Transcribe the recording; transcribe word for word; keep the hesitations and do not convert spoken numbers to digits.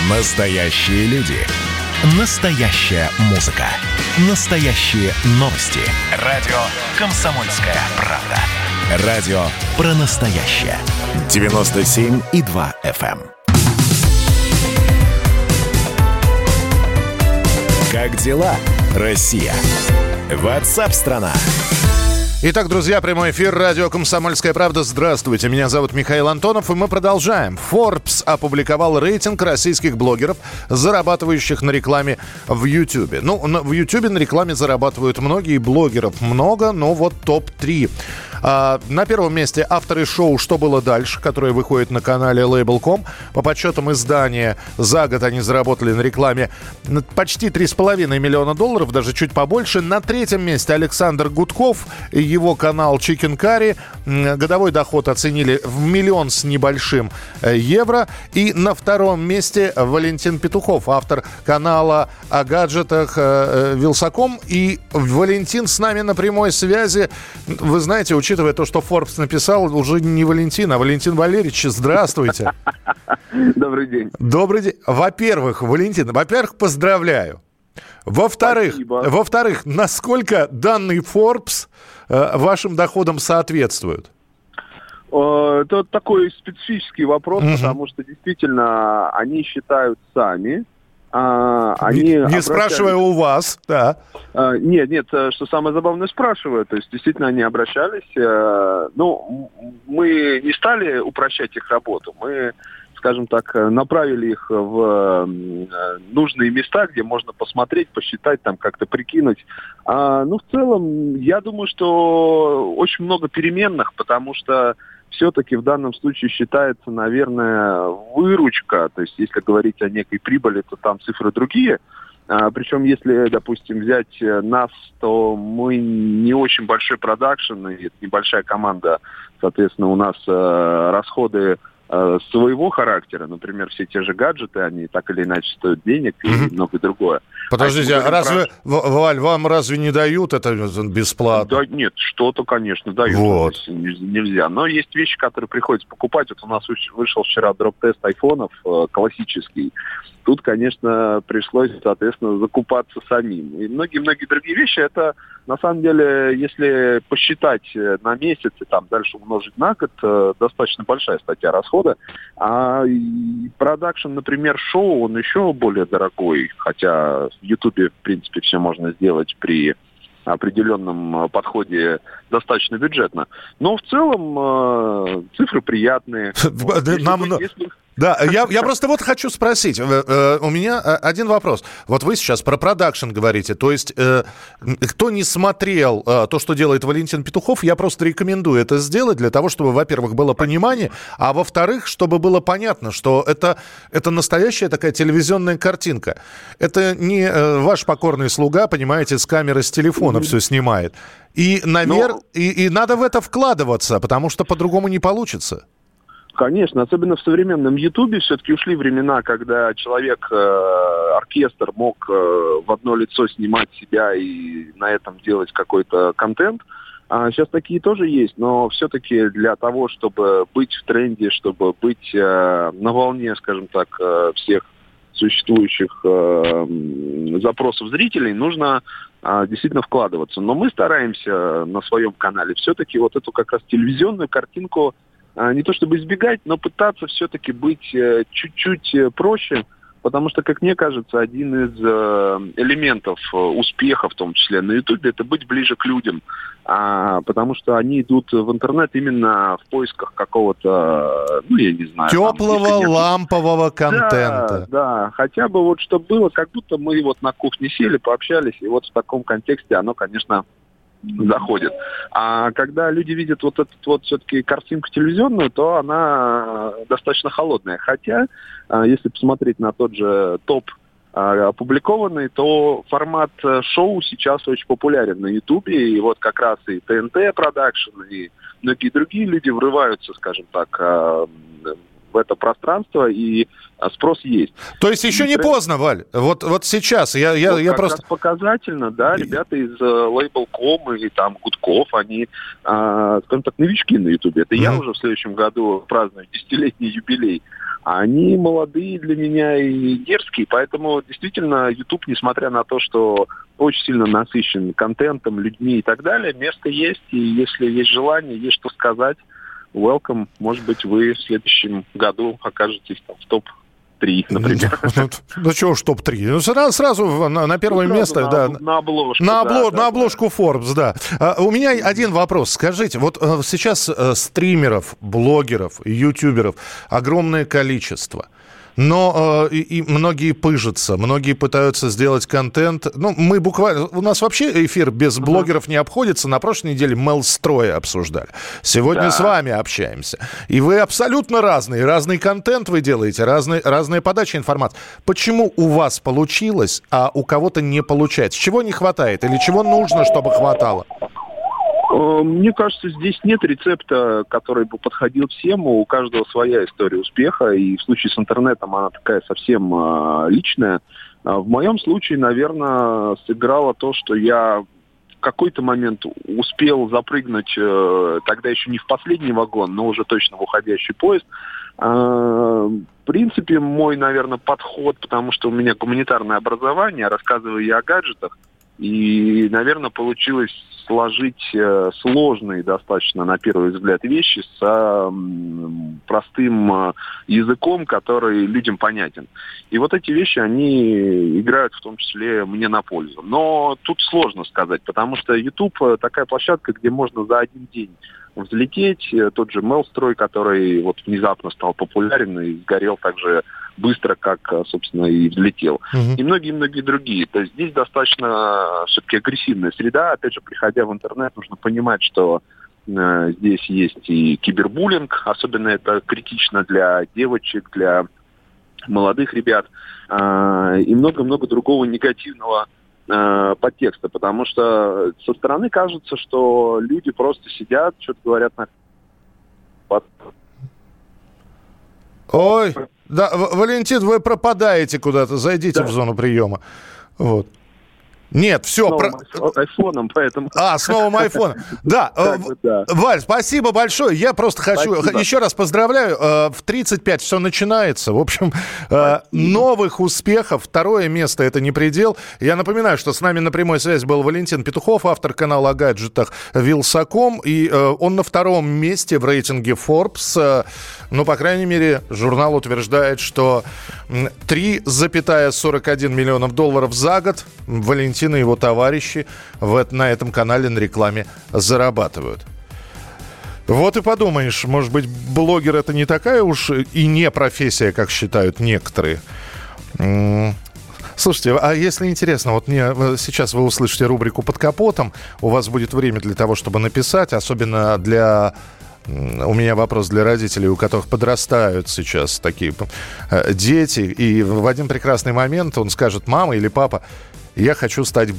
Настоящие люди. Настоящая музыка. Настоящие новости. Радио «Комсомольская правда». Радио про настоящее. девяносто семь и два эф эм. Как дела, Россия? Ватсап-страна! Итак, друзья, прямой эфир радио «Комсомольская правда». Здравствуйте, меня зовут Михаил Антонов, и мы продолжаем. Forbes опубликовал рейтинг российских блогеров, зарабатывающих на рекламе в Ютьюбе. Ну, в Ютьюбе на рекламе зарабатывают многие, блогеров много, но вот топ три. А, на первом месте авторы шоу «Что было дальше», которое выходит на канале лейбл точка ком. По подсчетам издания, за год они заработали на рекламе почти три с половиной миллиона долларов, даже чуть побольше. На третьем месте Александр Гудков, его канал Chicken Curry. Годовой доход оценили в миллион с небольшим евро. И на втором месте Валентин Петухов, автор канала о гаджетах Вилсаком. И Валентин с нами на прямой связи. Вы знаете, учитывая то, что Forbes написал, уже не Валентин, а Валентин Валерьевич. Здравствуйте. Добрый день. Добрый день. Во-первых, Валентин, во-первых, поздравляю. Во-вторых, во-вторых, насколько данные Forbes э, вашим доходам соответствуют? Это такой специфический вопрос, угу. потому что действительно они считают сами. А, они не обращались... спрашивая у вас, да. А, нет, нет, что самое забавное, спрашиваю. То есть действительно они обращались. А, ну, мы не стали упрощать их работу. Мы, скажем так, направили их в нужные места, где можно посмотреть, посчитать, там как-то прикинуть. А, ну, в целом, я думаю, что очень много переменных, потому что все-таки в данном случае считается, наверное, выручка. То есть, если говорить о некой прибыли, то там цифры другие. А, причем, если, допустим, взять нас, то мы не очень большой продакшн, и небольшая команда. Соответственно, у нас э, расходы э, своего характера. Например, все те же гаджеты, они так или иначе стоят денег и mm-hmm. многое другое. Подождите, а разве, про... Валь, вам разве не дают это бесплатно? Да нет, что-то, конечно, дают. Вот. Нельзя. Но есть вещи, которые приходится покупать. Вот у нас вышел вчера дроп-тест айфонов классический. Тут, конечно, пришлось, соответственно, закупаться самим. И многие-многие другие вещи, это, на самом деле, если посчитать на месяц и там дальше умножить на год, достаточно большая статья расхода. А продакшн, например, шоу, он еще более дорогой, хотя в Ютубе, в принципе, все можно сделать при определенном подходе достаточно бюджетно. Но в целом э, цифры приятные. Нам... Если... Да, я, я просто вот хочу спросить. Э, у меня один вопрос. Вот вы сейчас про продакшн говорите. То есть, э, кто не смотрел э, то, что делает Валентин Петухов, я просто рекомендую это сделать для того, чтобы, во-первых, было понимание, а во-вторых, чтобы было понятно, что это, это настоящая такая телевизионная картинка. Это не э, ваш покорный слуга, понимаете, с камеры, с телефона mm-hmm. все снимает. И, навер... Но... и, и надо в это вкладываться, потому что по-другому не получится. Конечно, особенно в современном Ютубе все-таки ушли времена, когда человек, э, оркестр мог э, в одно лицо снимать себя и на этом делать какой-то контент. А сейчас такие тоже есть, но все-таки для того, чтобы быть в тренде, чтобы быть э, на волне, скажем так, э, всех существующих э, запросов зрителей, нужно э, действительно вкладываться. Но мы стараемся на своем канале все-таки вот эту как раз телевизионную картинку не то чтобы избегать, но пытаться все-таки быть э, чуть-чуть проще, потому что, как мне кажется, один из э, элементов успеха, в том числе на Ютубе, это быть ближе к людям, а, потому что они идут в интернет именно в поисках какого-то, ну, я не знаю... Теплого, там, лампового контента. Да, да, хотя бы вот что было, как будто мы вот на кухне сели, пообщались, и вот в таком контексте оно, конечно... заходит. А когда люди видят вот эту вот все-таки картинку телевизионную, то она достаточно холодная. Хотя, если посмотреть на тот же топ опубликованный, то формат шоу сейчас очень популярен на Ютубе. И вот как раз и ТНТ Продакшн, и многие другие люди врываются, скажем так, в в это пространство, и спрос есть. То есть еще и не тренд... поздно, Валь? Вот, вот сейчас я, я, вот я как просто... раз показательно, да, ребята из Label точка ком и там Гудков, они, а, скажем так, новички на Ютубе. Это mm-hmm. я уже в следующем году праздную десятилетний юбилей. Они молодые для меня и дерзкие, поэтому действительно YouTube, несмотря на то, что очень сильно насыщен контентом, людьми и так далее, место есть, и если есть желание, есть что сказать, welcome. Может быть, вы в следующем году окажетесь там в топ три, например. Ну, ну чего ж топ три? Ну, сразу, сразу на, на первое ну, место. На, да. на обложку. На, да, обло, да, на обложку да. Forbes, да. А, у меня один вопрос. Скажите, вот а, сейчас а, стримеров, блогеров, ютуберов огромное количество. Но э, и, и многие пыжатся, многие пытаются сделать контент. Ну, мы буквально... У нас вообще эфир без uh-huh. блогеров не обходится. На прошлой неделе Мелстроя обсуждали. Сегодня да. с вами общаемся. И вы абсолютно разные. Разный контент вы делаете, разные, разная подача информации. Почему у вас получилось, а у кого-то не получается? Чего не хватает? Или чего нужно, чтобы хватало? Мне кажется, здесь нет рецепта, который бы подходил всем. У каждого своя история успеха. И в случае с интернетом она такая совсем э, личная. А в моем случае, наверное, сыграло то, что я в какой-то момент успел запрыгнуть, э, тогда еще не в последний вагон, но уже точно в уходящий поезд. Э, в принципе, мой, наверное, подход, потому что у меня гуманитарное образование, рассказываю я о гаджетах, и, наверное, получилось сложить э, сложные достаточно, на первый взгляд, вещи с э, простым э, языком, который людям понятен. И вот эти вещи, они играют в том числе мне на пользу. Но тут сложно сказать, потому что YouTube такая площадка, где можно за один день взлететь. Тот же Мелстрой, который вот внезапно стал популярен и сгорел также быстро, как, собственно, и взлетел. Uh-huh. И многие-многие другие. То есть здесь достаточно все-таки агрессивная среда. Опять же, приходя в интернет, нужно понимать, что э, здесь есть и кибербуллинг. Особенно это критично для девочек, для молодых ребят. Э, и много-много другого негативного э, подтекста. Потому что со стороны кажется, что люди просто сидят, что-то говорят на... Ой, да, Валентин, вы пропадаете куда-то, зайдите да. в зону приема. Вот. Нет, все. С новым про... айфоном, поэтому... А, с новым айфоном. Да. Валь, спасибо большое. Я просто хочу... Еще раз поздравляю. В тридцать пять все начинается. В общем, новых успехов. Второе место — это не предел. Я напоминаю, что с нами на прямой связи был Валентин Петухов, автор канала о гаджетах Вилсаком. И он на втором месте в рейтинге Forbes. Ну, по крайней мере, журнал утверждает, что три целых сорок один миллионов долларов за год Валентин и его товарищи в, на этом канале на рекламе зарабатывают. Вот и подумаешь, может быть, блогер — это не такая уж и не профессия, как считают некоторые. Слушайте, а если интересно, вот мне сейчас вы услышите рубрику «Под капотом», у вас будет время для того, чтобы написать, особенно для... У меня вопрос для родителей, у которых подрастают сейчас такие дети, и в один прекрасный момент он скажет: мама или папа, я хочу стать